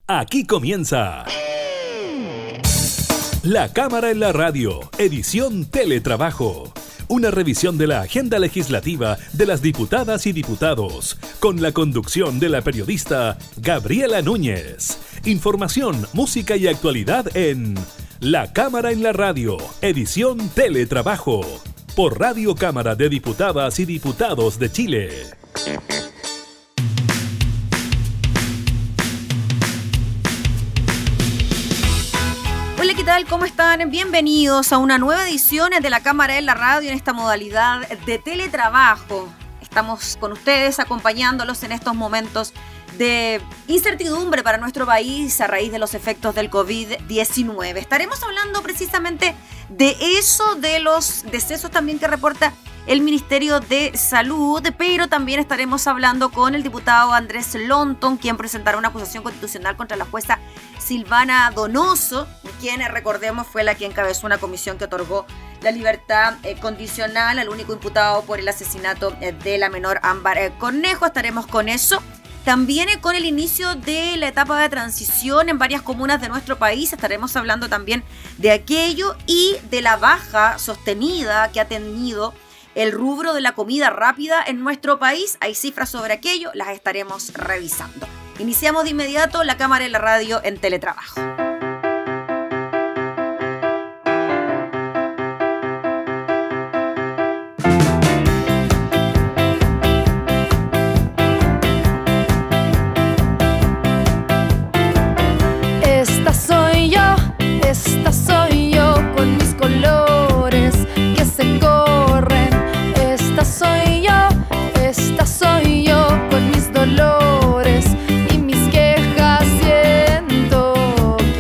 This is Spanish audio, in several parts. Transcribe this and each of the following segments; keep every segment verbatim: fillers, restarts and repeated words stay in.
Aquí comienza La Cámara en la Radio, edición Teletrabajo. Una revisión de la agenda legislativa de las diputadas y diputados, con la conducción de la periodista Gabriela Núñez. Información, música y actualidad en La Cámara en la Radio, edición Teletrabajo, por Radio Cámara de Diputadas y Diputados de Chile. Hola, ¿qué tal? ¿Cómo están? Bienvenidos a una nueva edición de La Cámara en la Radio en esta modalidad de teletrabajo. Estamos con ustedes acompañándolos en estos momentos de incertidumbre para nuestro país a raíz de los efectos del covid diecinueve. Estaremos hablando precisamente de eso, de los decesos también que reporta el Ministerio de Salud, pero también estaremos hablando con el diputado Andrés Lonton, quien presentará una acusación constitucional contra la jueza Silvana Donoso, quien, recordemos, fue la que encabezó una comisión que otorgó la libertad eh, condicional al único imputado por el asesinato eh, de la menor Ámbar eh, Cornejo. Estaremos con eso. También eh, con el inicio de la etapa de transición en varias comunas de nuestro país. Estaremos hablando también de aquello y de la baja sostenida que ha tenido el rubro de la comida rápida en nuestro país. Hay cifras sobre aquello, las estaremos revisando. Iniciamos de inmediato La Cámara en la Radio en teletrabajo. Esta soy yo, esta soy yo, con mis colores que se corren. Esta soy yo, esta soy yo, con mis dolores y mis quejas. Siento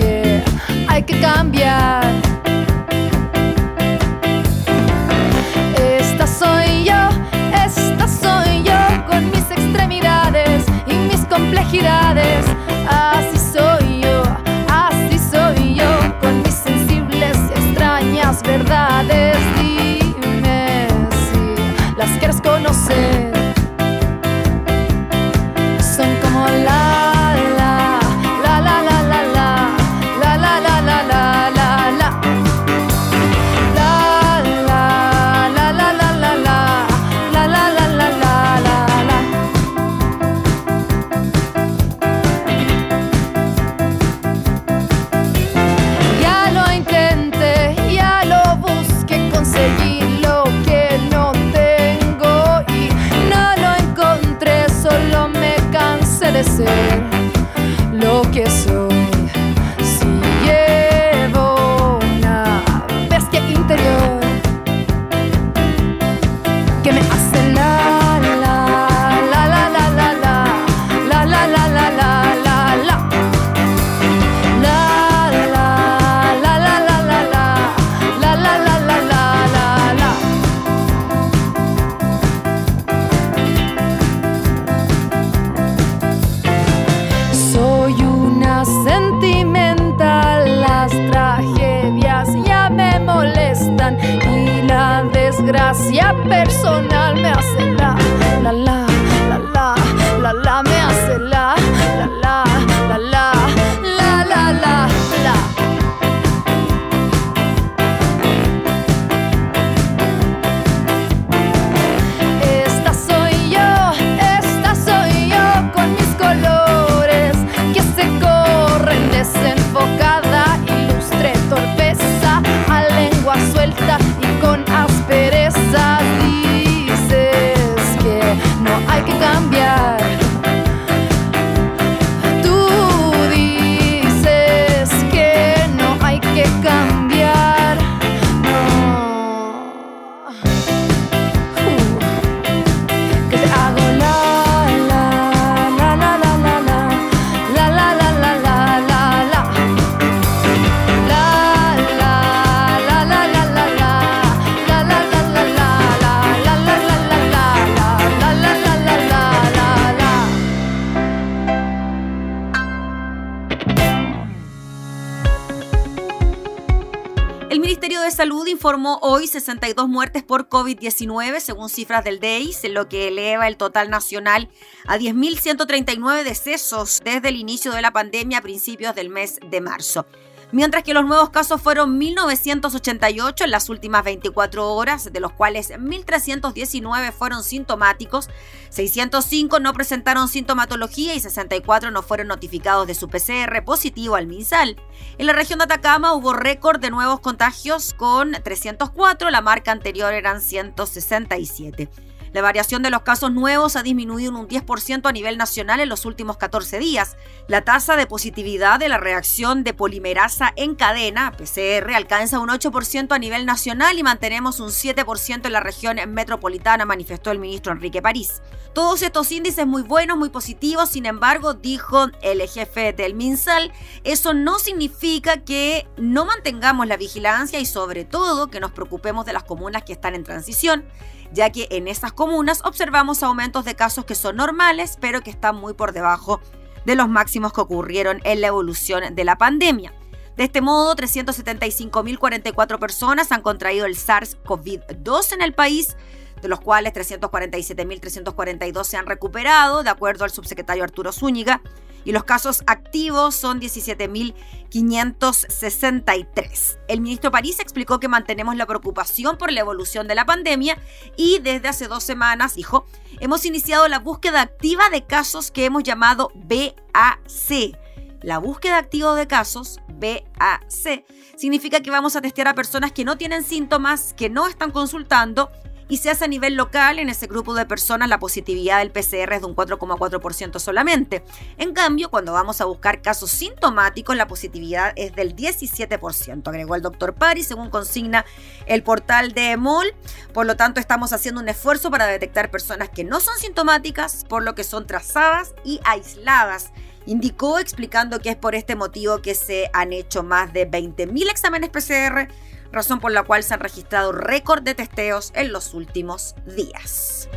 Ministerio de Salud informó hoy sesenta y dos muertes por COVID diecinueve, según cifras del D E I S, lo que eleva el total nacional a diez mil ciento treinta y nueve decesos desde el inicio de la pandemia a principios del mes de marzo. Mientras que los nuevos casos fueron mil novecientos ochenta y ocho en las últimas veinticuatro horas, de los cuales mil trescientos diecinueve fueron sintomáticos, seiscientos cinco no presentaron sintomatología y sesenta y cuatro no fueron notificados de su P C R positivo al MinSal. En la región de Atacama hubo récord de nuevos contagios con trescientos cuatro, la marca anterior eran ciento sesenta y siete. La variación de los casos nuevos ha disminuido en un diez por ciento a nivel nacional en los últimos catorce días. La tasa de positividad de la reacción de polimerasa en cadena, P C R, alcanza un ocho por ciento a nivel nacional y mantenemos un siete por ciento en la región metropolitana, manifestó el ministro Enrique París. Todos estos índices muy buenos, muy positivos, sin embargo, dijo el jefe del MinSal, eso no significa que no mantengamos la vigilancia y sobre todo que nos preocupemos de las comunas que están en transición, ya que en esas comunas observamos aumentos de casos que son normales, pero que están muy por debajo de los máximos que ocurrieron en la evolución de la pandemia. De este modo, trescientos setenta y cinco mil cuarenta y cuatro personas han contraído el SARS CoV dos en el país, de los cuales trescientos cuarenta y siete mil trescientos cuarenta y dos se han recuperado, de acuerdo al subsecretario Arturo Zúñiga, y los casos activos son diecisiete mil quinientos sesenta y tres. El ministro París explicó que mantenemos la preocupación por la evolución de la pandemia y desde hace dos semanas, dijo, hemos iniciado la búsqueda activa de casos que hemos llamado B A C. La búsqueda activa de casos, B A C, significa que vamos a testear a personas que no tienen síntomas, que no están consultando, y se hace a nivel local. En ese grupo de personas la positividad del P C R es de un cuatro coma cuatro por ciento solamente. En cambio, cuando vamos a buscar casos sintomáticos, la positividad es del diecisiete por ciento, agregó el doctor París, según consigna el portal de EMOL. Por lo tanto, estamos haciendo un esfuerzo para detectar personas que no son sintomáticas, por lo que son trazadas y aisladas. Indicó, explicando que es por este motivo que se han hecho más de veinte mil exámenes P C R, razón por la cual se han registrado récord de testeos en los últimos días.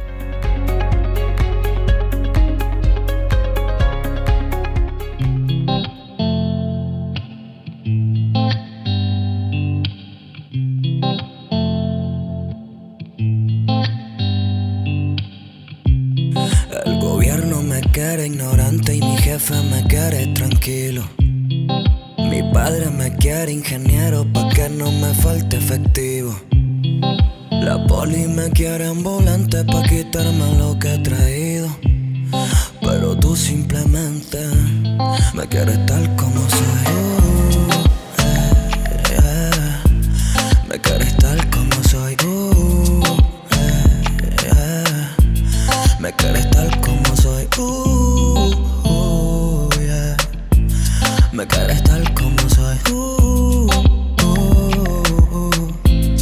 El gobierno me quiere ignorante y mi jefe me quiere tranquilo. Mi padre me quiere ingeniero pa' que no me falte efectivo. La poli me quiere ambulante pa' quitarme lo que he traído. Pero tú simplemente me quieres tal como soy. Uh, eh, eh. Me quieres tal como soy. Uh, eh, eh. Me quieres tal como soy. Uh, uh, yeah. Me quieres tal como soy. Uh, uh, uh.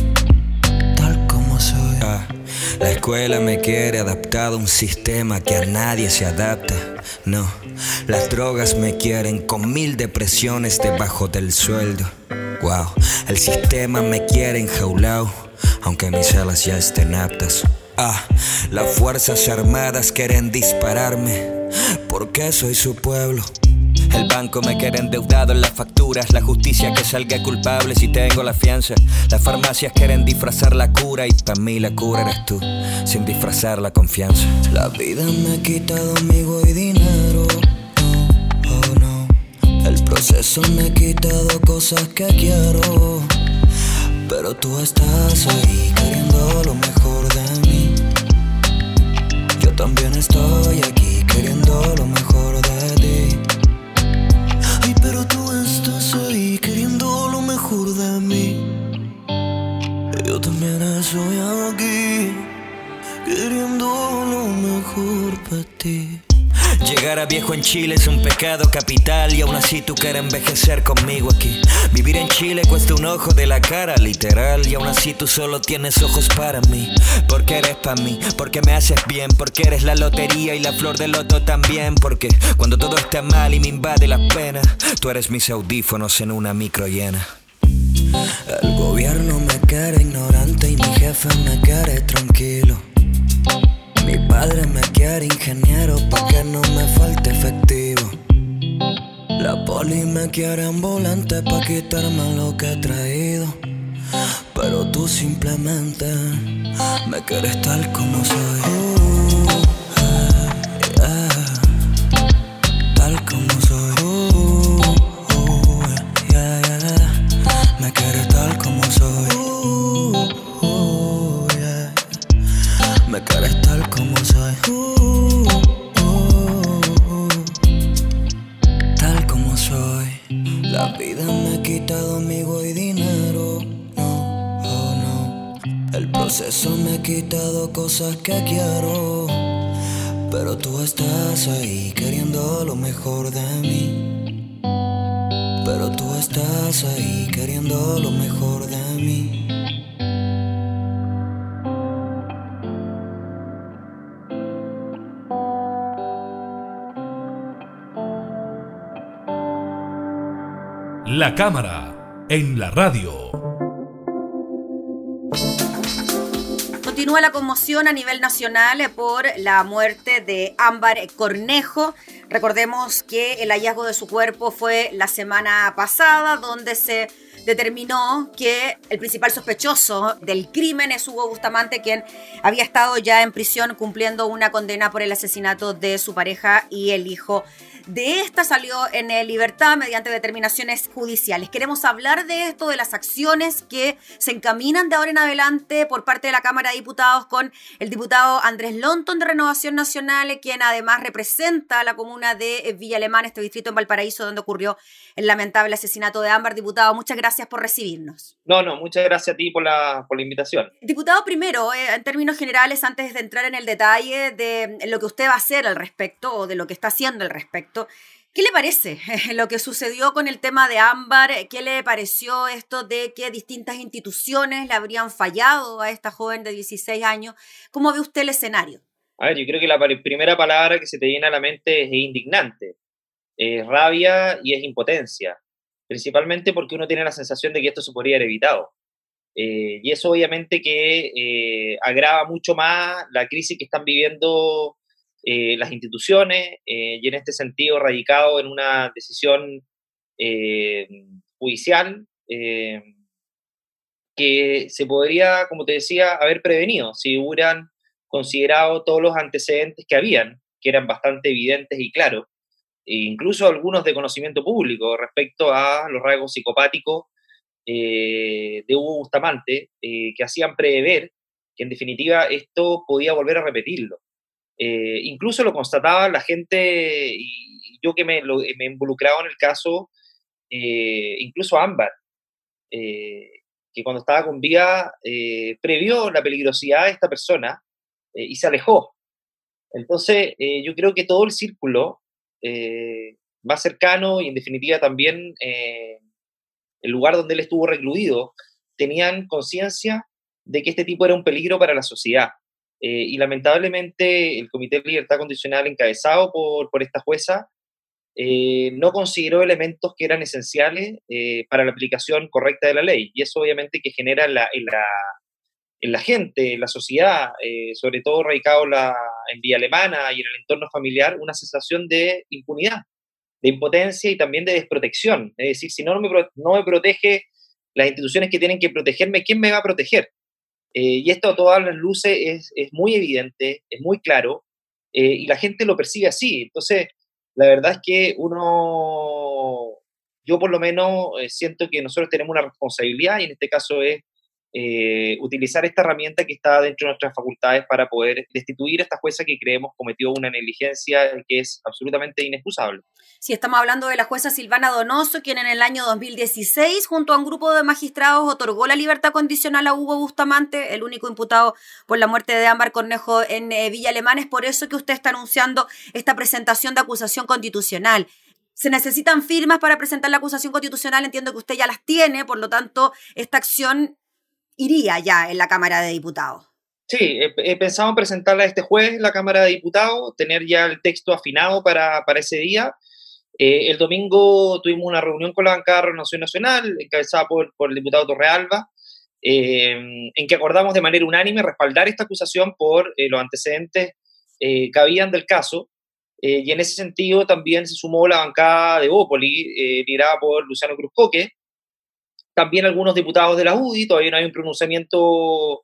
Tal como soy. Ah, la escuela me quiere adaptado a un sistema que a nadie se adapta. No, las drogas me quieren con mil depresiones debajo del sueldo. Wow, el sistema me quiere enjaulado, aunque mis alas ya estén aptas. Ah, las fuerzas armadas quieren dispararme porque soy su pueblo. El banco me quiere endeudado en las facturas. La justicia que salga culpable si tengo la fianza. Las farmacias quieren disfrazar la cura y para mí la cura eres tú, sin disfrazar la confianza. La vida me ha quitado amigo y dinero. Oh, oh no. El proceso me ha quitado cosas que quiero. Pero tú estás ahí queriendo lo mejor de mí. Yo también estoy aquí queriendo lo mejor de ti. Ay, pero tú estás ahí queriendo lo mejor de mí. Yo también estoy aquí queriendo lo mejor para ti. Llegar a viejo en Chile es un pecado capital y aún así tú quieres envejecer conmigo aquí. Vivir en Chile cuesta un ojo de la cara, literal, y aún así tú solo tienes ojos para mí. Porque eres para mí, porque me haces bien, porque eres la lotería y la flor del loto también. Porque cuando todo está mal y me invade la pena, tú eres mis audífonos en una micro llena. El gobierno me quiere ignorante y mi jefe me quiere tranquilo. Mi padre me quiere ingeniero pa' que no me falte efectivo. La poli me quiere ambulante pa' quitarme lo que he traído. pero tú simplemente me quieres tal como soy. Uh, yeah. Tal como soy. Uh, uh, yeah, yeah. Me quieres tal como soy. Uh, uh, yeah. Me quieres tal como soy. Uh, uh, uh. Tal como soy. La vida me ha quitado amigo y dinero. No, oh no. El proceso me ha quitado cosas que quiero, pero tú estás ahí queriendo lo mejor de mí. Pero tú estás ahí queriendo lo mejor de mí. La cámara en la radio. Continúa la conmoción a nivel nacional por la muerte de Ámbar Cornejo. Recordemos que el hallazgo de su cuerpo fue la semana pasada, donde se determinó que el principal sospechoso del crimen es Hugo Bustamante, quien había estado ya en prisión cumpliendo una condena por el asesinato de su pareja y el hijo de esta. Salió en libertad mediante determinaciones judiciales. Queremos hablar de esto, de las acciones que se encaminan de ahora en adelante por parte de la Cámara de Diputados con el diputado Andrés Lonton de Renovación Nacional, quien además representa a la comuna de Villa Alemana, este distrito en Valparaíso, donde ocurrió el lamentable asesinato de Ámbar. Diputado, muchas gracias por recibirnos. No, no, muchas gracias a ti por la, por la invitación. Diputado, primero, eh, en términos generales, antes de entrar en el detalle de lo que usted va a hacer al respecto o de lo que está haciendo al respecto, ¿qué le parece lo que sucedió con el tema de Ámbar? ¿Qué le pareció esto de que distintas instituciones le habrían fallado a esta joven de dieciséis años? ¿Cómo ve usted el escenario? A ver, yo creo que la primera palabra que se te viene a la mente es indignante, es rabia y es impotencia, principalmente porque uno tiene la sensación de que esto se podría haber evitado. Eh, y eso obviamente que eh, agrava mucho más la crisis que están viviendo Eh, las instituciones, eh, y en este sentido radicado en una decisión eh, judicial eh, que se podría, como te decía, haber prevenido si hubieran considerado todos los antecedentes que habían, que eran bastante evidentes y claros, e incluso algunos de conocimiento público respecto a los rasgos psicopáticos eh, de Hugo Bustamante, eh, que hacían prever que en definitiva esto podía volver a repetirlo. Eh, incluso lo constataba la gente, y yo que me, lo, me he involucrado en el caso, eh, incluso Ámbar, eh, que cuando estaba con vida eh, previó la peligrosidad de esta persona eh, y se alejó. Entonces, eh, yo creo que todo el círculo eh, más cercano y en definitiva también eh, el lugar donde él estuvo recluido, tenían conciencia de que este tipo era un peligro para la sociedad. Eh, y lamentablemente el Comité de Libertad Condicional encabezado por, por esta jueza eh, no consideró elementos que eran esenciales eh, para la aplicación correcta de la ley. Y eso obviamente que genera en la, en la, en la gente, en la sociedad, eh, sobre todo radicado la, en Villa Alemana y en el entorno familiar, una sensación de impunidad, de impotencia y también de desprotección. Es decir, si no me, no me protege las instituciones que tienen que protegerme, ¿quién me va a proteger? Eh, y esto a todas las luces es, es muy evidente, es muy claro, eh, y la gente lo percibe así. Entonces, la verdad es que uno, yo por lo menos eh, siento que nosotros tenemos una responsabilidad, y en este caso es eh, utilizar esta herramienta que está dentro de nuestras facultades para poder destituir a esta jueza que creemos cometió una negligencia que es absolutamente inexcusable. Sí, estamos hablando de la jueza Silvana Donoso, quien en el año dos mil dieciséis, junto a un grupo de magistrados, otorgó la libertad condicional a Hugo Bustamante, el único imputado por la muerte de Ámbar Cornejo en eh, Villa Alemana. Es por eso que usted está anunciando esta presentación de acusación constitucional. ¿Se necesitan firmas para presentar la acusación constitucional? Entiendo que usted ya las tiene, por lo tanto, esta acción iría ya en la Cámara de Diputados. Sí, he, he pensado en presentarla este jueves en la Cámara de Diputados, tener ya el texto afinado para, para ese día. Eh, el domingo tuvimos una reunión con la bancada de Renovación Nacional, encabezada por, por el diputado Torrealba, eh, en que acordamos de manera unánime respaldar esta acusación por eh, los antecedentes eh, que habían del caso, eh, y en ese sentido también se sumó la bancada de Bópoli, eh, liderada por Luciano Cruz Coque, también algunos diputados de la U D I, todavía no hay un pronunciamiento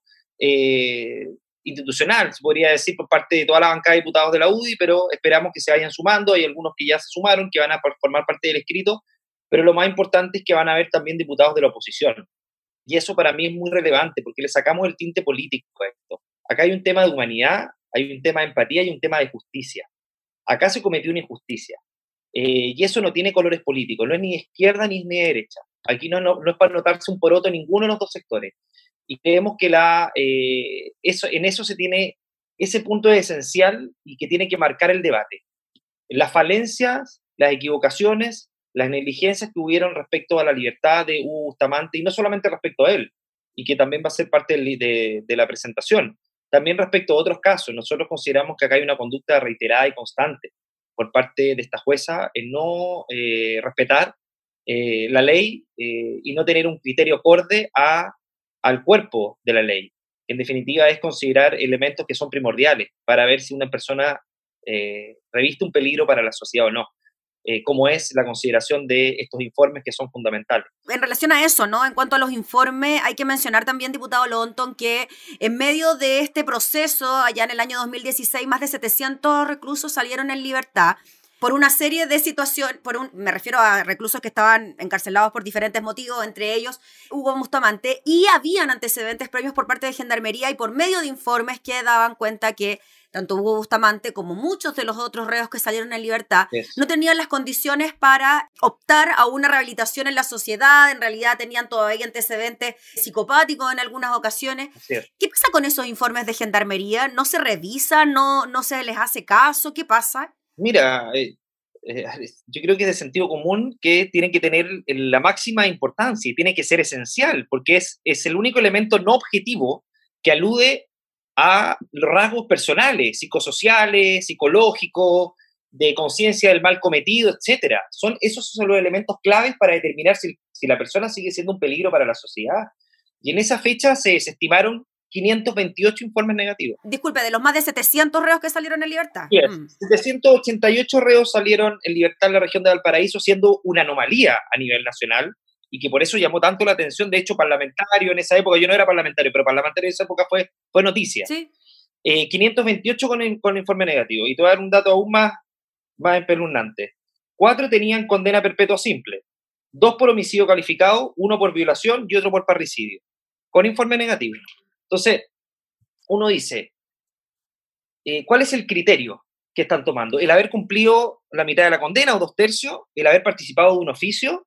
eh, institucional, se podría decir, por parte de toda la bancada de diputados de la U D I, pero esperamos que se vayan sumando. Hay algunos que ya se sumaron, que van a formar parte del escrito, pero lo más importante es que van a haber también diputados de la oposición. Y eso para mí es muy relevante, porque le sacamos el tinte político a esto. Acá hay un tema de humanidad, hay un tema de empatía y un tema de justicia. Acá se cometió una injusticia. Eh, y eso no tiene colores políticos, no es ni de izquierda ni de derecha. Aquí no, no, no es para notarse un poroto en ninguno de los dos sectores. Y creemos que la, eh, eso, en eso se tiene, ese punto es esencial y que tiene que marcar el debate. Las falencias, las equivocaciones, las negligencias que hubieron respecto a la libertad de Hugo Bustamante, y no solamente respecto a él, y que también va a ser parte de, de, de la presentación, también respecto a otros casos. Nosotros consideramos que acá hay una conducta reiterada y constante por parte de esta jueza en no eh, respetar eh, la ley eh, y no tener un criterio acorde a, al cuerpo de la ley. En definitiva, es considerar elementos que son primordiales para ver si una persona eh, reviste un peligro para la sociedad o no. Eh, como es la consideración de estos informes que son fundamentales. En relación a eso, ¿no? En cuanto a los informes, hay que mencionar también, diputado Lonton, que en medio de este proceso, allá en el año dos mil dieciséis, más de setecientos reclusos salieron en libertad por una serie de situaciones, por un, me refiero a reclusos que estaban encarcelados por diferentes motivos, entre ellos Hugo Bustamante, y habían antecedentes previos por parte de Gendarmería y por medio de informes que daban cuenta que tanto Hugo Bustamante como muchos de los otros reos que salieron en libertad, yes. no tenían las condiciones para optar a una rehabilitación en la sociedad, en realidad tenían todavía antecedentes psicopáticos en algunas ocasiones. ¿Qué pasa con esos informes de Gendarmería? ¿No se revisan? ¿No, no se les hace caso? ¿Qué pasa? Mira, eh, eh, yo creo que es de sentido común que tienen que tener la máxima importancia y tiene que ser esencial, porque es, es el único elemento no objetivo que alude a rasgos personales, psicosociales, psicológicos, de conciencia del mal cometido, etcétera. Son, esos son los elementos claves para determinar si, si la persona sigue siendo un peligro para la sociedad. Y en esa fecha se desestimaron quinientos veintiocho informes negativos. Disculpe, de los más de setecientos reos que salieron en libertad. Yes. Mm. setecientos ochenta y ocho reos salieron en libertad en la región de Valparaíso, siendo una anomalía a nivel nacional, y que por eso llamó tanto la atención. De hecho, parlamentario en esa época, yo no era parlamentario, pero parlamentario en esa época fue, fue noticia. Sí. Eh, quinientos veintiocho con, con informe negativo. Y te voy a dar un dato aún más, más espeluznante. Cuatro tenían condena perpetua simple. Dos por homicidio calificado, uno por violación y otro por parricidio. Con informe negativo. Entonces, uno dice, eh, ¿cuál es el criterio que están tomando? ¿El haber cumplido la mitad de la condena o dos tercios? ¿El haber participado de un oficio?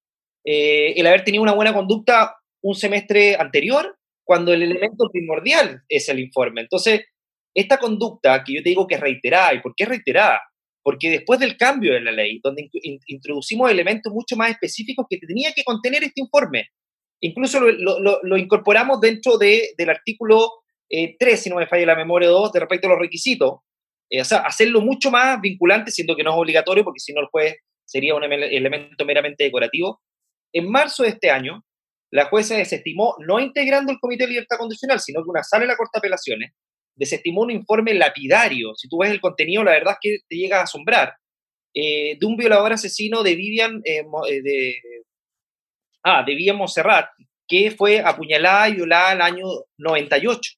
Eh, el haber tenido una buena conducta un semestre anterior, cuando el elemento primordial es el informe. Entonces, esta conducta que yo te digo que es reiterada, ¿y por qué es reiterada? Porque después del cambio de la ley, donde in- introducimos elementos mucho más específicos que tenía que contener este informe, incluso lo, lo, lo incorporamos dentro de, del artículo eh, tres, si no me falla la memoria, dos, de respecto a los requisitos, eh, o sea, hacerlo mucho más vinculante, siendo que no es obligatorio, porque si no el juez sería un elemento meramente decorativo. En marzo de este año, la jueza desestimó, no integrando el Comité de Libertad Condicional, sino que una sala de la Corte de Apelaciones, desestimó un informe lapidario. Si tú ves el contenido, la verdad es que te llega a asombrar, eh, de un violador asesino de Vivian, eh, de, ah, de Vivian Montserrat, que fue apuñalada y violada en el año noventa y ocho.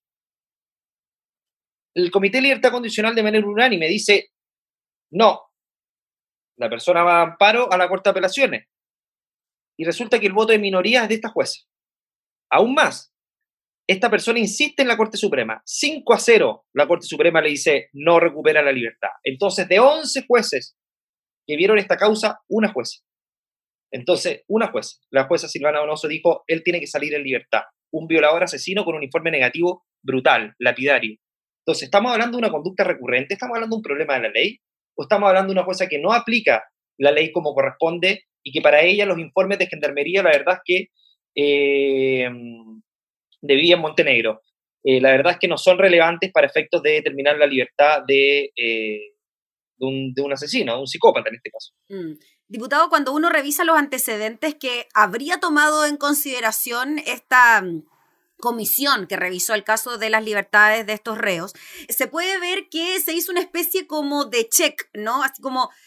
El Comité de Libertad Condicional de manera unánime dice, no, la persona va a amparo a la Corte de Apelaciones. Y resulta que el voto de minoría es de esta jueza. Aún más, esta persona insiste en la Corte Suprema. cinco a cero, la Corte Suprema le dice, no recupera la libertad. Entonces, de once jueces que vieron esta causa, una jueza. Entonces, una jueza, la jueza Silvana Donoso dijo, él tiene que salir en libertad. Un violador asesino con un informe negativo brutal, lapidario. Entonces, ¿estamos hablando de una conducta recurrente? ¿Estamos hablando de un problema de la ley? ¿O estamos hablando de una jueza que no aplica la ley como corresponde y que para ella los informes de Gendarmería, la verdad es que eh, de Vivian Montenegro, eh, la verdad es que no son relevantes para efectos de determinar la libertad de, eh, de, un, de un asesino, de un psicópata en este caso? Mm. Diputado, cuando uno revisa los antecedentes que habría tomado en consideración esta comisión que revisó el caso de las libertades de estos reos, se puede ver que se hizo una especie como de check, ¿no? Así como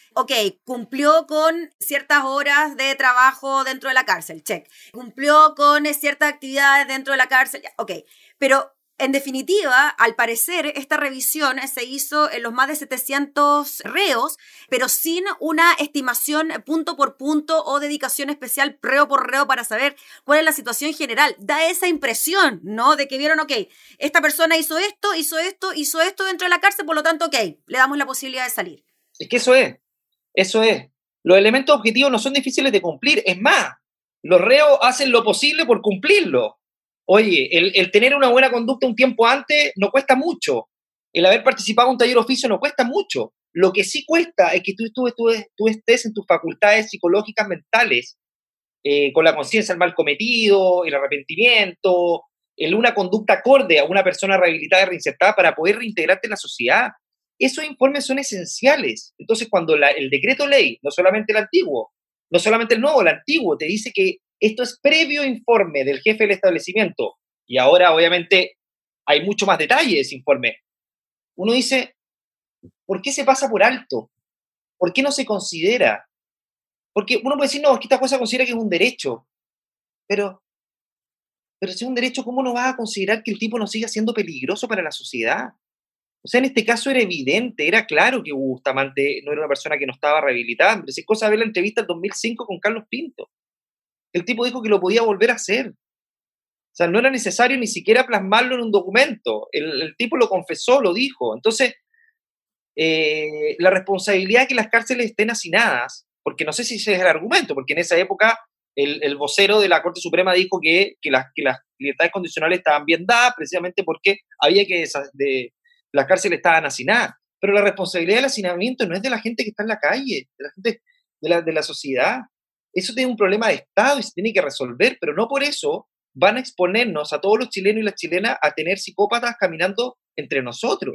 Ok, cumplió con ciertas horas de trabajo dentro de la cárcel, check. Cumplió con ciertas actividades dentro de la cárcel, ok. Pero en definitiva, al parecer, esta revisión se hizo en los más de setecientos reos, pero sin una estimación punto por punto o dedicación especial reo por reo para saber cuál es la situación general. Da esa impresión, ¿no? De que vieron, ok, esta persona hizo esto, hizo esto, hizo esto dentro de la cárcel, por lo tanto, ok, le damos la posibilidad de salir. Es que eso es, eso es. Los elementos objetivos no son difíciles de cumplir. Es más, los reos hacen lo posible por cumplirlo. Oye, el, el tener una buena conducta un tiempo antes no cuesta mucho. El haber participado en un taller oficio no cuesta mucho. Lo que sí cuesta es que tú, tú, tú, tú estés en tus facultades psicológicas mentales, eh, con la conciencia del mal cometido, el arrepentimiento, el una conducta acorde a una persona rehabilitada y reinsertada para poder reintegrarte en la sociedad. Esos informes son esenciales. Entonces, cuando la, el decreto ley, no solamente el antiguo, no solamente el nuevo, el antiguo, te dice que esto es previo informe del jefe del establecimiento, y ahora obviamente hay mucho más detalle de ese informe, uno dice, ¿por qué se pasa por alto? ¿Por qué no se considera? Porque uno puede decir, no, es que esta cosa considera que es un derecho, pero, pero si es un derecho, ¿cómo no vas a considerar que el tipo no siga siendo peligroso para la sociedad? O sea, en este caso era evidente, era claro que Bustamante no era una persona que no estaba rehabilitada. Pero si es cosa de ver la entrevista del dos mil cinco con Carlos Pinto. El tipo dijo que lo podía volver a hacer. O sea, no era necesario ni siquiera plasmarlo en un documento. El, el tipo lo confesó, lo dijo. Entonces, eh, la responsabilidad de que las cárceles estén hacinadas, porque no sé si ese es el argumento, porque en esa época el, el vocero de la Corte Suprema dijo que, que, las, que las libertades condicionales estaban bien dadas precisamente porque había que... De, las cárceles estaban hacinadas, pero la responsabilidad del hacinamiento no es de la gente que está en la calle, de la gente de la, de la sociedad. Eso tiene un problema de Estado y se tiene que resolver, pero no por eso van a exponernos a todos los chilenos y las chilenas a tener psicópatas caminando entre nosotros.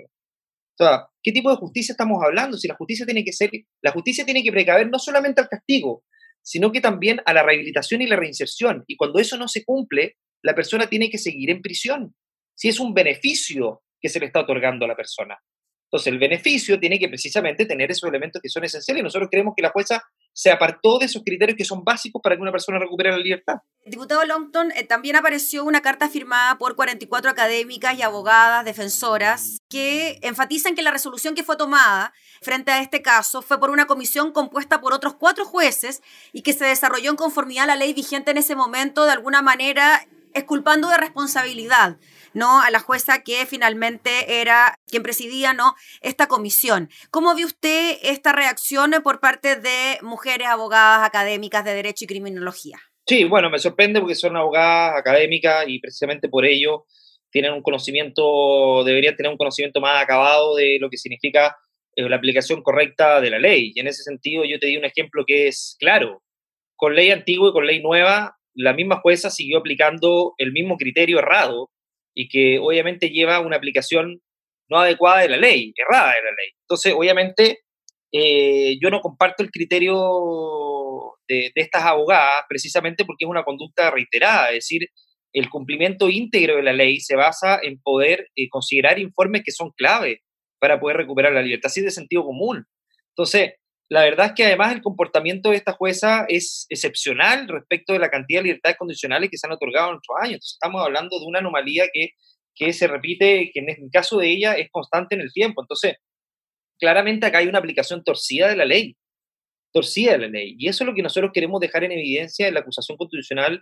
O sea, ¿qué tipo de justicia estamos hablando? Si la justicia tiene que ser, la justicia tiene que precaver no solamente al castigo, sino que también a la rehabilitación y la reinserción. Y cuando eso no se cumple, la persona tiene que seguir en prisión. Si es un beneficio que se le está otorgando a la persona. Entonces, el beneficio tiene que precisamente tener esos elementos que son esenciales. Y nosotros creemos que la jueza se apartó de esos criterios que son básicos para que una persona recupere la libertad. Diputado Longton, eh, también apareció una carta firmada por cuarenta y cuatro académicas y abogadas defensoras que enfatizan que la resolución que fue tomada frente a este caso fue por una comisión compuesta por otros cuatro jueces y que se desarrolló en conformidad a la ley vigente en ese momento, de alguna manera exculpando de responsabilidad, ¿no?, a la jueza que finalmente era quien presidía, ¿no?, esta comisión. ¿Cómo ve usted esta reacción por parte de mujeres abogadas académicas de Derecho y Criminología? Sí, bueno, me sorprende porque son abogadas académicas y precisamente por ello tienen un conocimiento, deberían tener un conocimiento más acabado de lo que significa eh, la aplicación correcta de la ley. Y en ese sentido yo te di un ejemplo que es claro. Con ley antigua y con ley nueva, la misma jueza siguió aplicando el mismo criterio errado y que obviamente lleva una aplicación no adecuada de la ley, errada de la ley. Entonces, obviamente, eh, yo no comparto el criterio de, de estas abogadas precisamente porque es una conducta reiterada, es decir, el cumplimiento íntegro de la ley se basa en poder eh, considerar informes que son clave para poder recuperar la libertad, así de sentido común. Entonces, la verdad es que además el comportamiento de esta jueza es excepcional respecto de la cantidad de libertades condicionales que se han otorgado en nuestros años. Entonces estamos hablando de una anomalía que, que se repite, que en el caso de ella es constante en el tiempo. Entonces, claramente acá hay una aplicación torcida de la ley, torcida de la ley. Y eso es lo que nosotros queremos dejar en evidencia en la acusación constitucional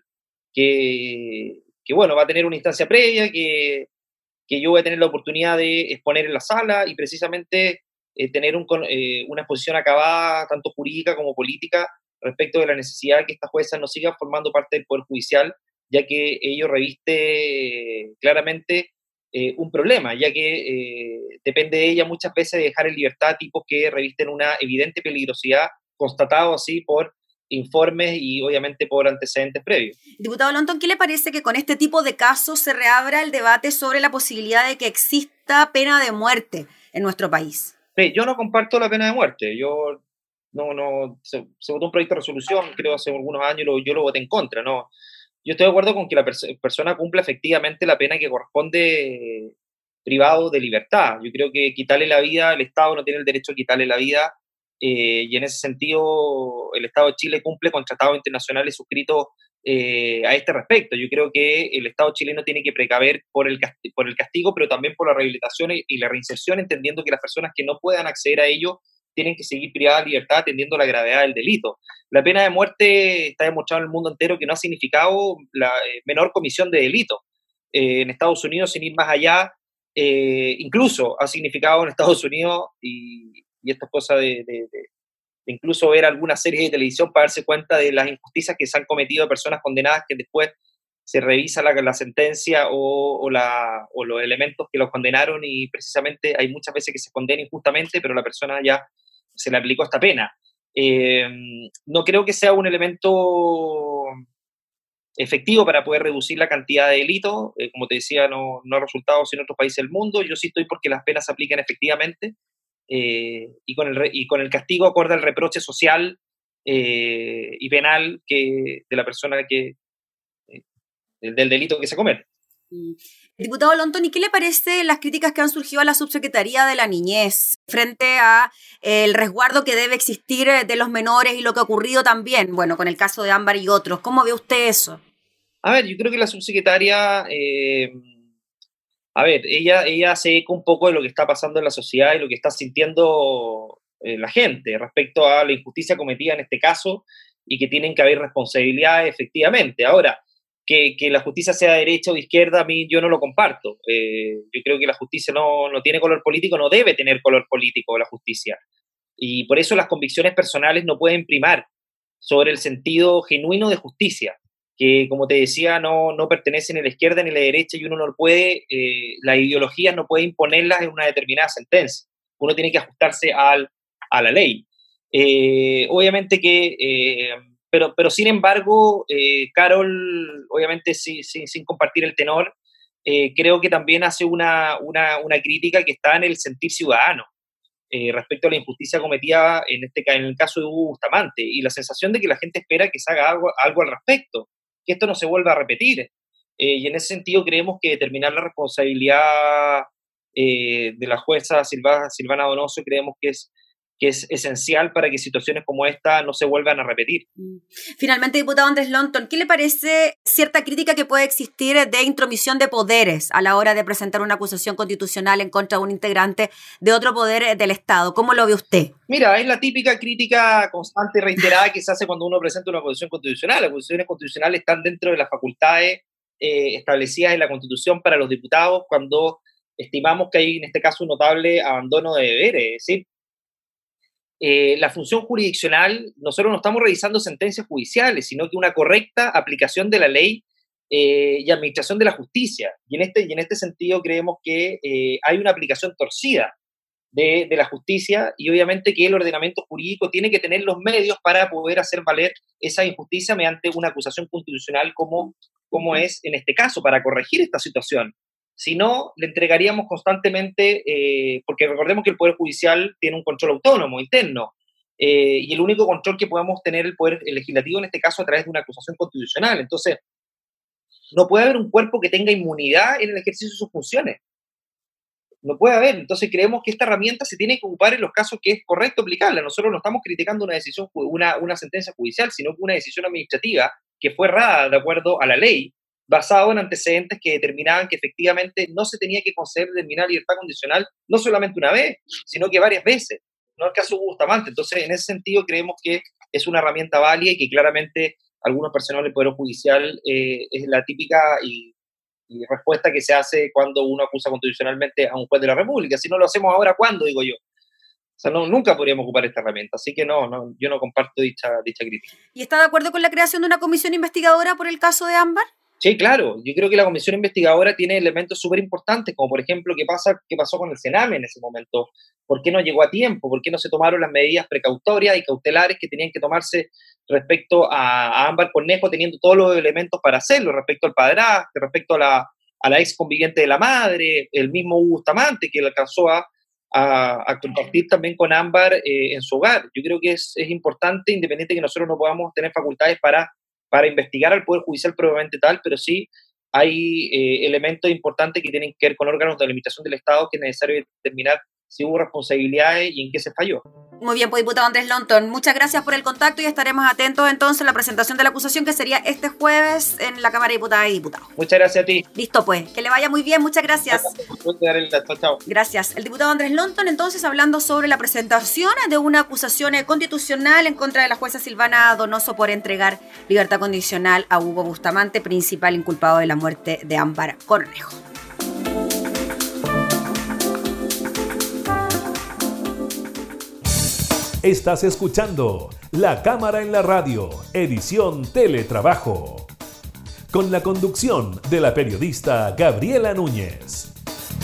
que, que bueno, va a tener una instancia previa, que, que yo voy a tener la oportunidad de exponer en la sala y precisamente... Eh, tener un, eh, una exposición acabada, tanto jurídica como política, respecto de la necesidad de que esta jueza no siga formando parte del Poder Judicial, ya que ello reviste eh, claramente eh, un problema, ya que eh, depende de ella muchas veces de dejar en libertad tipos que revisten una evidente peligrosidad, constatado así por informes y obviamente por antecedentes previos. Diputado Longton, ¿qué le parece que con este tipo de casos se reabra el debate sobre la posibilidad de que exista pena de muerte en nuestro país? Sí, yo no comparto la pena de muerte. Yo no, no, se, se votó un proyecto de resolución, creo hace algunos años, lo, yo lo voté en contra, ¿no? Yo estoy de acuerdo con que la pers- persona cumpla efectivamente la pena que corresponde privado de libertad. Yo creo que quitarle la vida, el Estado no tiene el derecho a quitarle la vida eh, y en ese sentido el Estado de Chile cumple con tratados internacionales suscritos eh, a este respecto. Yo creo que el Estado chileno tiene que precaver por el, castigo, por el castigo, pero también por la rehabilitación y la reinserción, entendiendo que las personas que no puedan acceder a ello tienen que seguir privadas de libertad atendiendo la gravedad del delito. La pena de muerte está demostrado en el mundo entero que no ha significado la eh, menor comisión de delito. Eh, en Estados Unidos, sin ir más allá, eh, incluso ha significado en Estados Unidos, y, y esto es cosa de, de, de, de incluso ver alguna serie de televisión para darse cuenta de las injusticias que se han cometido a personas condenadas, que después se revisa la, la sentencia o, o, la, o los elementos que los condenaron, y precisamente hay muchas veces que se condena injustamente, pero la persona ya se le aplicó esta pena. Eh, no creo que sea un elemento efectivo para poder reducir la cantidad de delitos. Eh, como te decía, no, no ha resultado en otros países del mundo. Yo sí estoy porque las penas se apliquen efectivamente eh, y, con el, y con el castigo acorde al reproche social eh, y penal que, de la persona que eh, del delito que se comete. Diputado Lonton, ¿y qué le parece las críticas que han surgido a la Subsecretaría de la Niñez frente a eh, el resguardo que debe existir de los menores y lo que ha ocurrido también, bueno, con el caso de Ámbar y otros? ¿Cómo ve usted eso? A ver, yo creo que la subsecretaria, eh, a ver, ella, ella se eca un poco de lo que está pasando en la sociedad y lo que está sintiendo eh, la gente respecto a la injusticia cometida en este caso, y que tienen que haber responsabilidades efectivamente. Ahora, Que, que la justicia sea de derecha o de izquierda, a mí yo no lo comparto. Eh, yo creo que la justicia no, no tiene color político, no debe tener color político la justicia. Y por eso las convicciones personales no pueden primar sobre el sentido genuino de justicia, que, como te decía, no, no pertenece ni a la izquierda ni a la derecha, y uno no puede, eh, las ideologías no puede imponerlas en una determinada sentencia. Uno tiene que ajustarse al, a la ley. Eh, obviamente que... Eh, Pero, pero sin embargo, eh, Carol, obviamente sí, sí, sin compartir el tenor, eh, creo que también hace una, una, una crítica que está en el sentir ciudadano eh, respecto a la injusticia cometida en, este, en el caso de Hugo Bustamante, y la sensación de que la gente espera que se haga algo, algo al respecto, que esto no se vuelva a repetir. Eh, y en ese sentido creemos que determinar la responsabilidad eh, de la jueza Silva, Silvana Donoso creemos que es que es esencial para que situaciones como esta no se vuelvan a repetir. Finalmente, diputado Andrés Lonton, ¿qué le parece cierta crítica que puede existir de intromisión de poderes a la hora de presentar una acusación constitucional en contra de un integrante de otro poder del Estado? ¿Cómo lo ve usted? Mira, es la típica crítica constante y reiterada que se hace cuando uno presenta una acusación constitucional. Las acusaciones constitucionales están dentro de las facultades eh, establecidas en la Constitución para los diputados cuando estimamos que hay, en este caso, un notable abandono de deberes. Es decir, Eh, la función jurisdiccional, nosotros no estamos revisando sentencias judiciales, sino que una correcta aplicación de la ley eh, y administración de la justicia. Y en este, y en este sentido creemos que eh, hay una aplicación torcida de, de la justicia, y obviamente que el ordenamiento jurídico tiene que tener los medios para poder hacer valer esa injusticia mediante una acusación constitucional como, como es en este caso, para corregir esta situación. Si no, le entregaríamos constantemente, eh, porque recordemos que el Poder Judicial tiene un control autónomo, interno, eh, y el único control que podemos tener el Poder Legislativo en este caso a través de una acusación constitucional. Entonces, no puede haber un cuerpo que tenga inmunidad en el ejercicio de sus funciones. No puede haber. Entonces, creemos que esta herramienta se tiene que ocupar en los casos que es correcto aplicarla. Nosotros no estamos criticando una decisión, una, una sentencia judicial, sino que una decisión administrativa que fue errada de acuerdo a la ley, basado en antecedentes que determinaban que efectivamente no se tenía que conceder determinada libertad condicional, no solamente una vez, sino que varias veces, no el caso de Hugo Bustamante. Entonces, en ese sentido, creemos que es una herramienta válida y que claramente algunos personales del Poder Judicial eh, es la típica y, y respuesta que se hace cuando uno acusa constitucionalmente a un juez de la República. Si no lo hacemos ahora, ¿cuándo? Digo yo. O sea, no, nunca podríamos ocupar esta herramienta. Así que no, no yo no comparto dicha, dicha crítica. ¿Y está de acuerdo con la creación de una comisión investigadora por el caso de Ámbar? Sí, claro. Yo creo que la comisión investigadora tiene elementos súper importantes, como por ejemplo, ¿qué pasa, qué pasó con el Sename en ese momento? ¿Por qué no llegó a tiempo? ¿Por qué no se tomaron las medidas precautorias y cautelares que tenían que tomarse respecto a, a Ámbar Cornejo, teniendo todos los elementos para hacerlo, respecto al padrastro, respecto a la, a la ex conviviente de la madre, el mismo Hugo Bustamante, que alcanzó a, a, a compartir también con Ámbar eh, en su hogar? Yo creo que es, es importante, independiente de que nosotros no podamos tener facultades para para investigar al Poder Judicial probablemente tal, pero sí hay eh, elementos importantes que tienen que ver con órganos de limitación del Estado que es necesario determinar si hubo responsabilidades y en qué se falló. Muy bien, pues diputado Andrés Lonton, muchas gracias por el contacto y estaremos atentos entonces a la presentación de la acusación que sería este jueves en la Cámara de Diputadas y Diputados. Muchas gracias a ti. Listo pues, que le vaya muy bien, muchas gracias. Chao, chao. Gracias. El diputado Andrés Lonton entonces hablando sobre la presentación de una acusación constitucional en contra de la jueza Silvana Donoso por entregar libertad condicional a Hugo Bustamante, principal inculpado de la muerte de Ámbar Cornejo. Estás escuchando La Cámara en la Radio, edición Teletrabajo, con la conducción de la periodista Gabriela Núñez.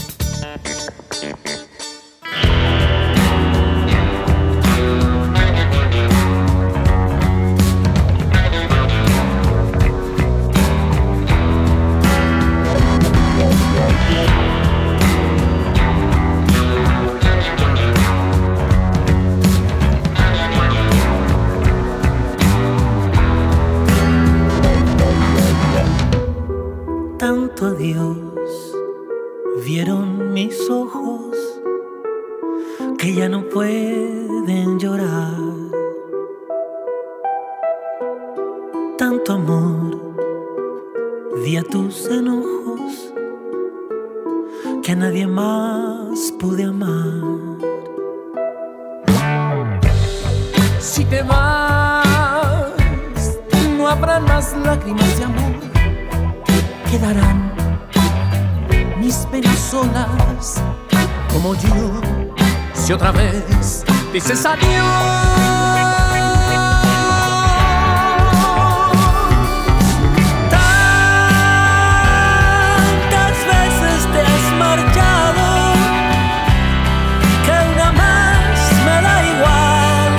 Tanto a Dios vieron mis ojos que ya no pueden llorar. Tanto amor di a tus enojos que a nadie más pude amar. Si te vas, no habrá más lágrimas de amor. Quedarán mis penas solas, como yo, si otra vez dices adiós. Tantas veces te has marchado que una más me da igual.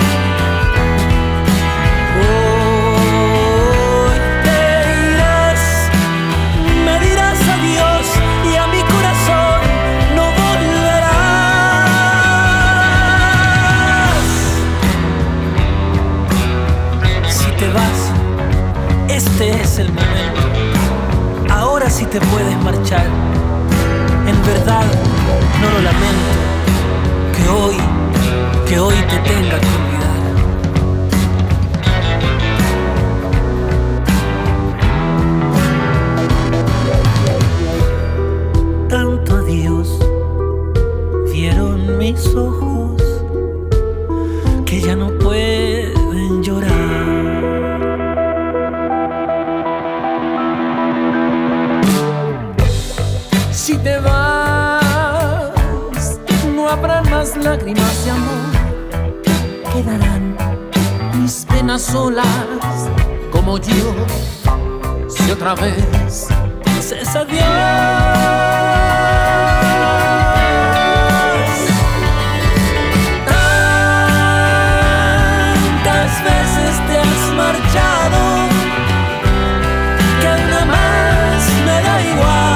Este es el momento, ahora sí te puedes marchar. En verdad no lo lamento, que hoy, que hoy te tenga que olvidar. Tanto a Dios vieron mis ojos que ya no pueden llorar. Si te vas, no habrá más lágrimas de amor. Quedarán mis penas solas, como yo, si otra vez dices adiós. Tantas veces te has marchado que una más me da igual.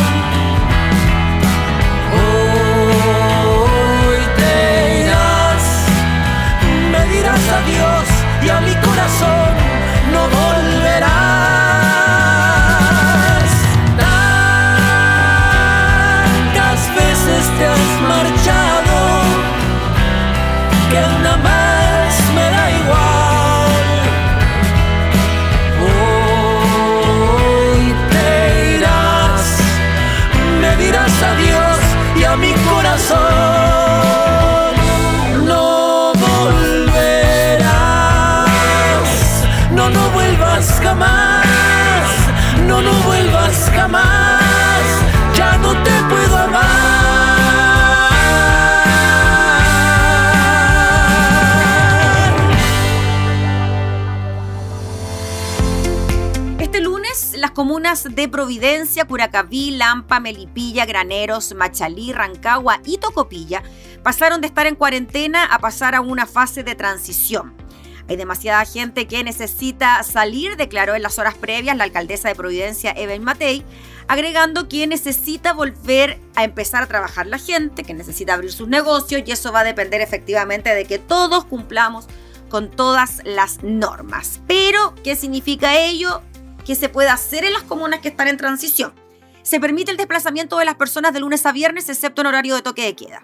Adiós y a mi corazón no volverás. Tantas veces te has marchado que una más me da igual. Hoy te irás, me dirás adiós y a mi corazón no volverás. No, no vuelvas jamás, no, no vuelvas jamás, ya no te puedo amar. Este lunes, las comunas de Providencia, Curacaví, Lampa, Melipilla, Graneros, Machalí, Rancagua y Tocopilla pasaron de estar en cuarentena a pasar a una fase de transición. Hay demasiada gente que necesita salir, declaró en las horas previas la alcaldesa de Providencia, Eben Matei, agregando que necesita volver a empezar a trabajar la gente, que necesita abrir sus negocios y eso va a depender efectivamente de que todos cumplamos con todas las normas. Pero, ¿qué significa ello? ¿Qué se puede hacer en las comunas que están en transición? Se permite el desplazamiento de las personas de lunes a viernes, excepto en horario de toque de queda.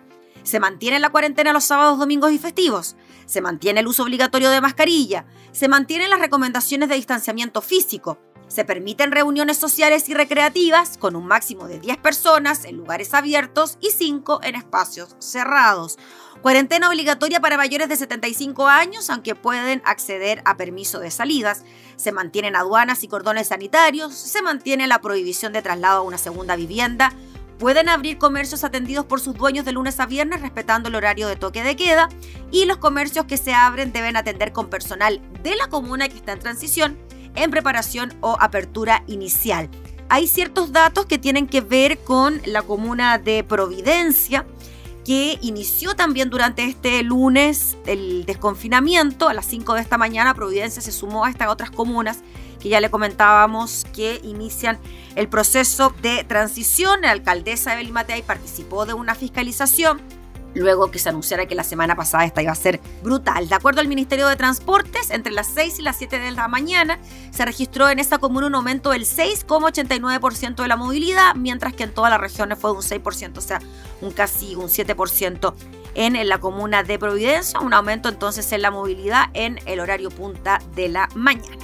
Se mantiene la cuarentena los sábados, domingos y festivos. Se mantiene el uso obligatorio de mascarilla. Se mantienen las recomendaciones de distanciamiento físico. Se permiten reuniones sociales y recreativas con un máximo de diez personas en lugares abiertos y cinco en espacios cerrados. Cuarentena obligatoria para mayores de setenta y cinco años, aunque pueden acceder a permiso de salidas. Se mantienen aduanas y cordones sanitarios. Se mantiene la prohibición de traslado a una segunda vivienda. Pueden abrir comercios atendidos por sus dueños de lunes a viernes respetando el horario de toque de queda, y los comercios que se abren deben atender con personal de la comuna que está en transición, en preparación o apertura inicial. Hay ciertos datos que tienen que ver con la comuna de Providencia, que inició también durante este lunes el desconfinamiento. A las cinco de esta mañana Providencia se sumó a estas otras comunas que ya le comentábamos que inician el proceso de transición. La alcaldesa Evelyn Matei participó de una fiscalización luego que se anunciara que la semana pasada esta iba a ser brutal. De acuerdo al Ministerio de Transportes, entre las seis y las siete de la mañana se registró en esta comuna un aumento del seis coma ochenta y nueve por ciento de la movilidad, mientras que en todas las regiones fue de un seis por ciento, o sea, un casi un siete por ciento en la comuna de Providencia, un aumento entonces en la movilidad en el horario punta de la mañana.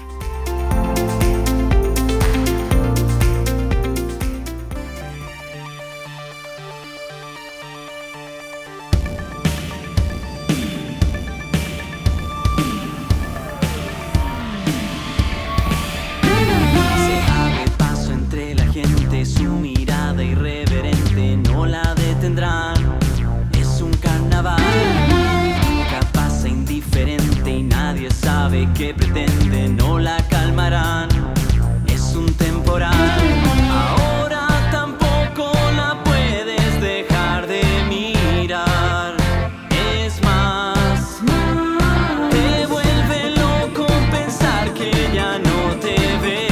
Su mirada irreverente no la detendrán. Es un carnaval, nunca pasa indiferente y nadie sabe qué pretende. No la calmarán, es un temporal. Ahora tampoco la puedes dejar de mirar. Es más, te vuelve loco pensar que ya no te verá.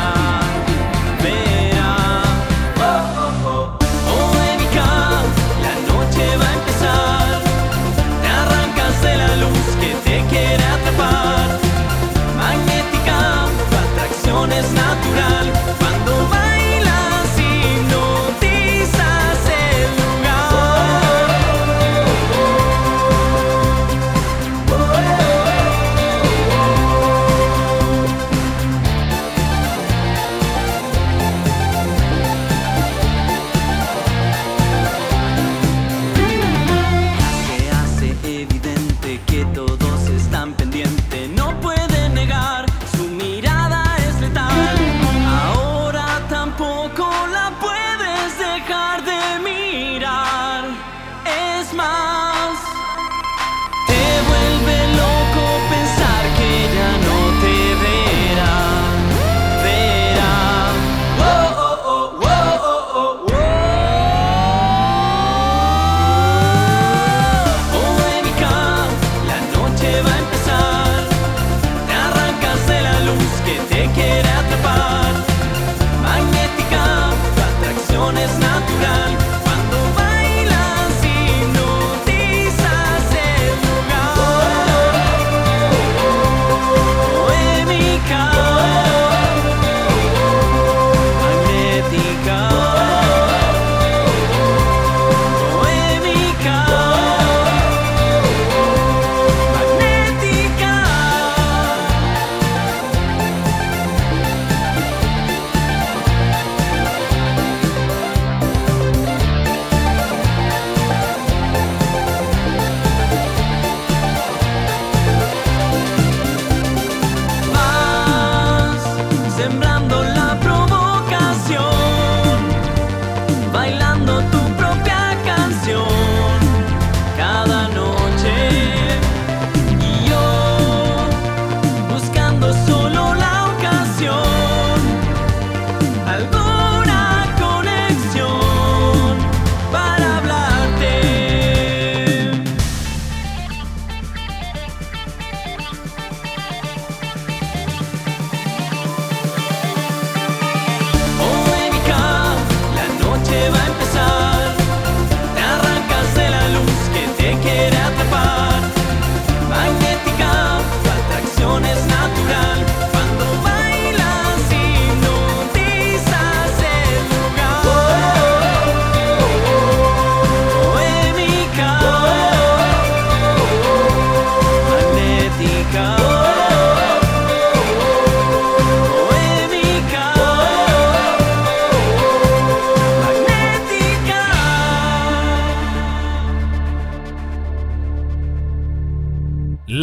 Es natural cuando bailas hipnotizas el lugar. Se hace evidente que todos están pendientes, no pueden negar su mirada. Ahora tampoco la puedes dejar de mirar. Es más, te vuelve loco pensar que ya no te verá. Verá. Oh, oh, oh, oh, oh, oh, oh. Poémica, la noche va a empezar. Te arrancas de la luz que te quiere atrapar. Magnética, tu atracción es natural. Cuando bailas hipnotizas el lugar. Poémica, magnética, poémica, magnética.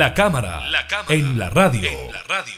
La cámara, la cámara en la radio. En la radio.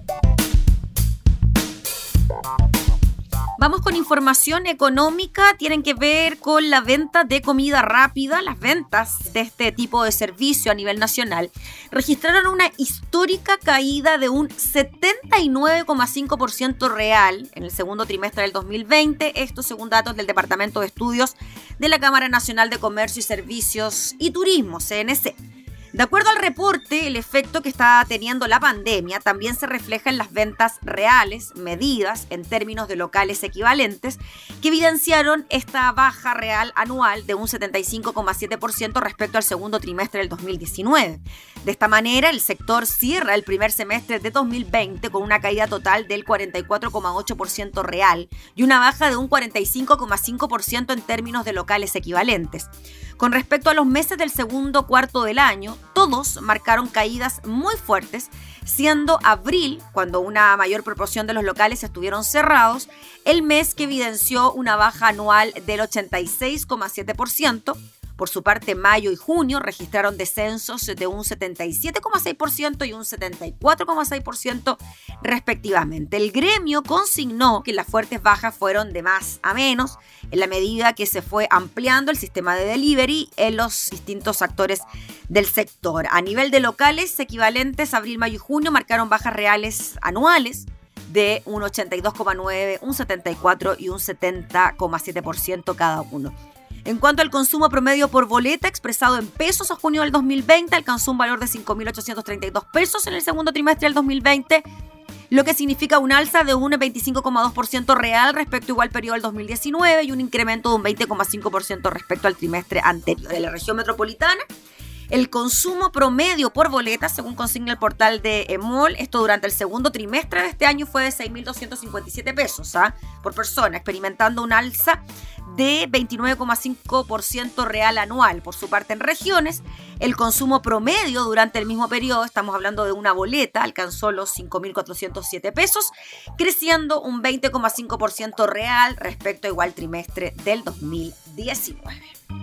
Vamos con información económica, tienen que ver con la venta de comida rápida. Las ventas de este tipo de servicio a nivel nacional registraron una histórica caída de un setenta y nueve coma cinco por ciento real en el segundo trimestre del dos mil veinte, esto según datos del Departamento de Estudios de la Cámara Nacional de Comercio y Servicios y Turismo, C N C. De acuerdo al reporte, el efecto que está teniendo la pandemia también se refleja en las ventas reales, medidas en términos de locales equivalentes, que evidenciaron esta baja real anual de un setenta y cinco coma siete por ciento respecto al segundo trimestre del dos mil diecinueve. De esta manera, el sector cierra el primer semestre de dos mil veinte con una caída total del cuarenta y cuatro coma ocho por ciento real y una baja de un cuarenta y cinco coma cinco por ciento en términos de locales equivalentes. Con respecto a los meses del segundo cuarto del año, todos marcaron caídas muy fuertes, siendo abril, cuando una mayor proporción de los locales estuvieron cerrados, el mes que evidenció una baja anual del ochenta y seis coma siete por ciento. Por su parte, mayo y junio registraron descensos de un setenta y siete coma seis por ciento y un setenta y cuatro coma seis por ciento respectivamente. El gremio consignó que las fuertes bajas fueron de más a menos en la medida que se fue ampliando el sistema de delivery en los distintos actores del sector. A nivel de locales equivalentes, abril, mayo y junio marcaron bajas reales anuales de un ochenta y dos coma nueve por ciento, un setenta y cuatro por ciento y un setenta coma siete por ciento cada uno. En cuanto al consumo promedio por boleta expresado en pesos, a junio del dos mil veinte alcanzó un valor de cinco mil ochocientos treinta y dos pesos en el segundo trimestre del dos mil veinte, lo que significa un alza de un veinticinco coma dos por ciento real respecto a igual periodo del dos mil diecinueve y un incremento de un veinte coma cinco por ciento respecto al trimestre anterior. En la región metropolitana, el consumo promedio por boleta, según consigna el portal de EMOL, esto durante el segundo trimestre de este año fue de seis mil doscientos cincuenta y siete pesos ¿ah? por persona, experimentando un alza de veintinueve coma cinco por ciento real anual. Por su parte, en regiones, el consumo promedio durante el mismo periodo, estamos hablando de una boleta, alcanzó los cinco mil cuatrocientos siete pesos, creciendo un veinte coma cinco por ciento real respecto a igual trimestre del dos mil diecinueve.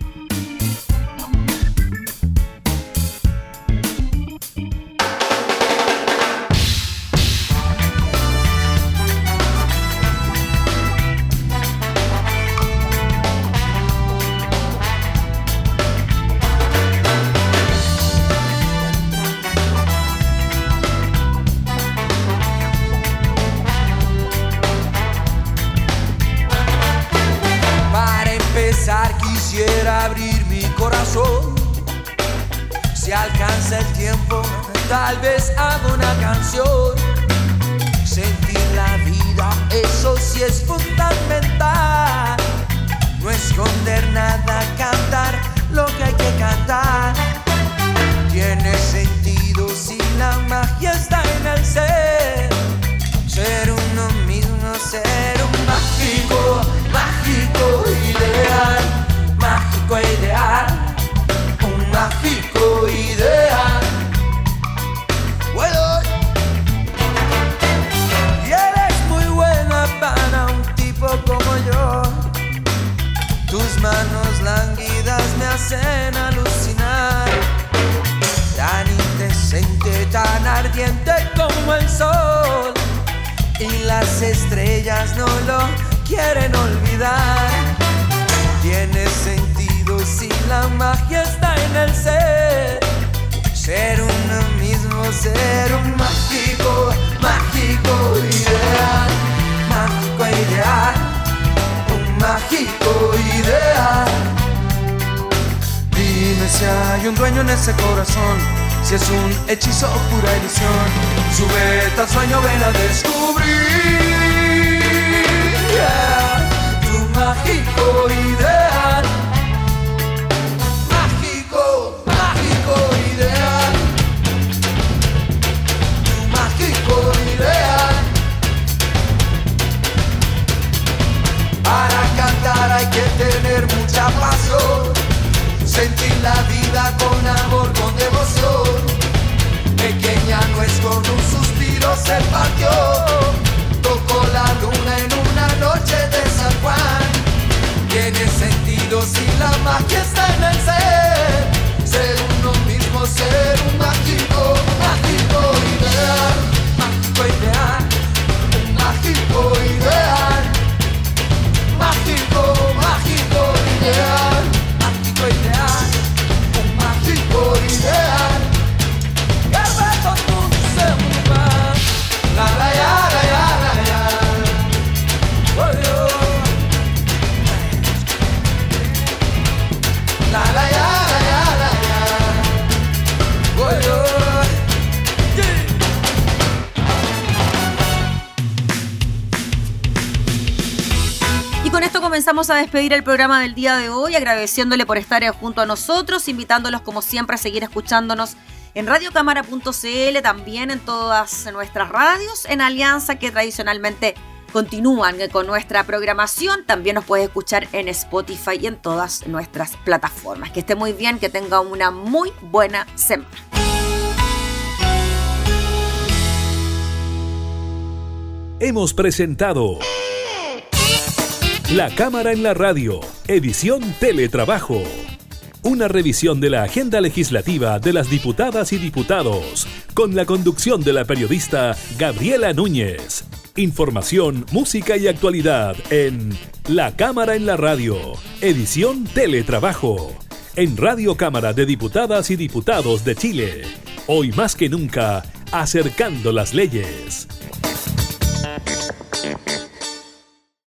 Quisiera abrir mi corazón. Si alcanza el tiempo, tal vez hago una canción. Sentir la vida, eso sí es fundamental. No esconder nada, cantar lo que hay que cantar. Tiene sentido si la magia está en el ser. Ser uno mismo, ser un mágico, mágico ideal. Mágico ideal, un mágico ideal. Bueno, y eres muy buena para un tipo como yo. Tus manos lánguidas me hacen alucinar. Tan indecente, tan ardiente como el sol. Y las estrellas no lo quieren olvidar. Tiene sentido si la magia está en el ser. Ser uno mismo, ser un mágico, mágico ideal. Mágico ideal, un mágico ideal. Dime si hay un dueño en ese corazón, si es un hechizo o pura ilusión. Súbete al sueño, ven a descubrir, yeah, tu mágico ideal. Mágico, mágico ideal. Tu mágico ideal. Para cantar hay que tener mucha pasión. Sentir la vida con amor, con devoción. Pequeña nuez con un suspiro se partió. Tocó la luna en una noche de San Juan. Tiene sentido si la magia está en el ser. Ser uno mismo, ser un mágico comenzamos a despedir el programa del día de hoy, agradeciéndole por estar junto a nosotros, invitándolos como siempre a seguir escuchándonos en radio cámara punto c l, también en todas nuestras radios en Alianza que tradicionalmente continúan con nuestra programación. También nos puedes escuchar en Spotify y en todas nuestras plataformas. Que esté muy bien, que tenga una muy buena semana. Hemos presentado La Cámara en la Radio, edición Teletrabajo. Una revisión de la agenda legislativa de las diputadas y diputados, con la conducción de la periodista Gabriela Núñez. Información, música y actualidad en La Cámara en la Radio, edición Teletrabajo. En Radio Cámara de Diputadas y Diputados de Chile. Hoy más que nunca, acercando las leyes.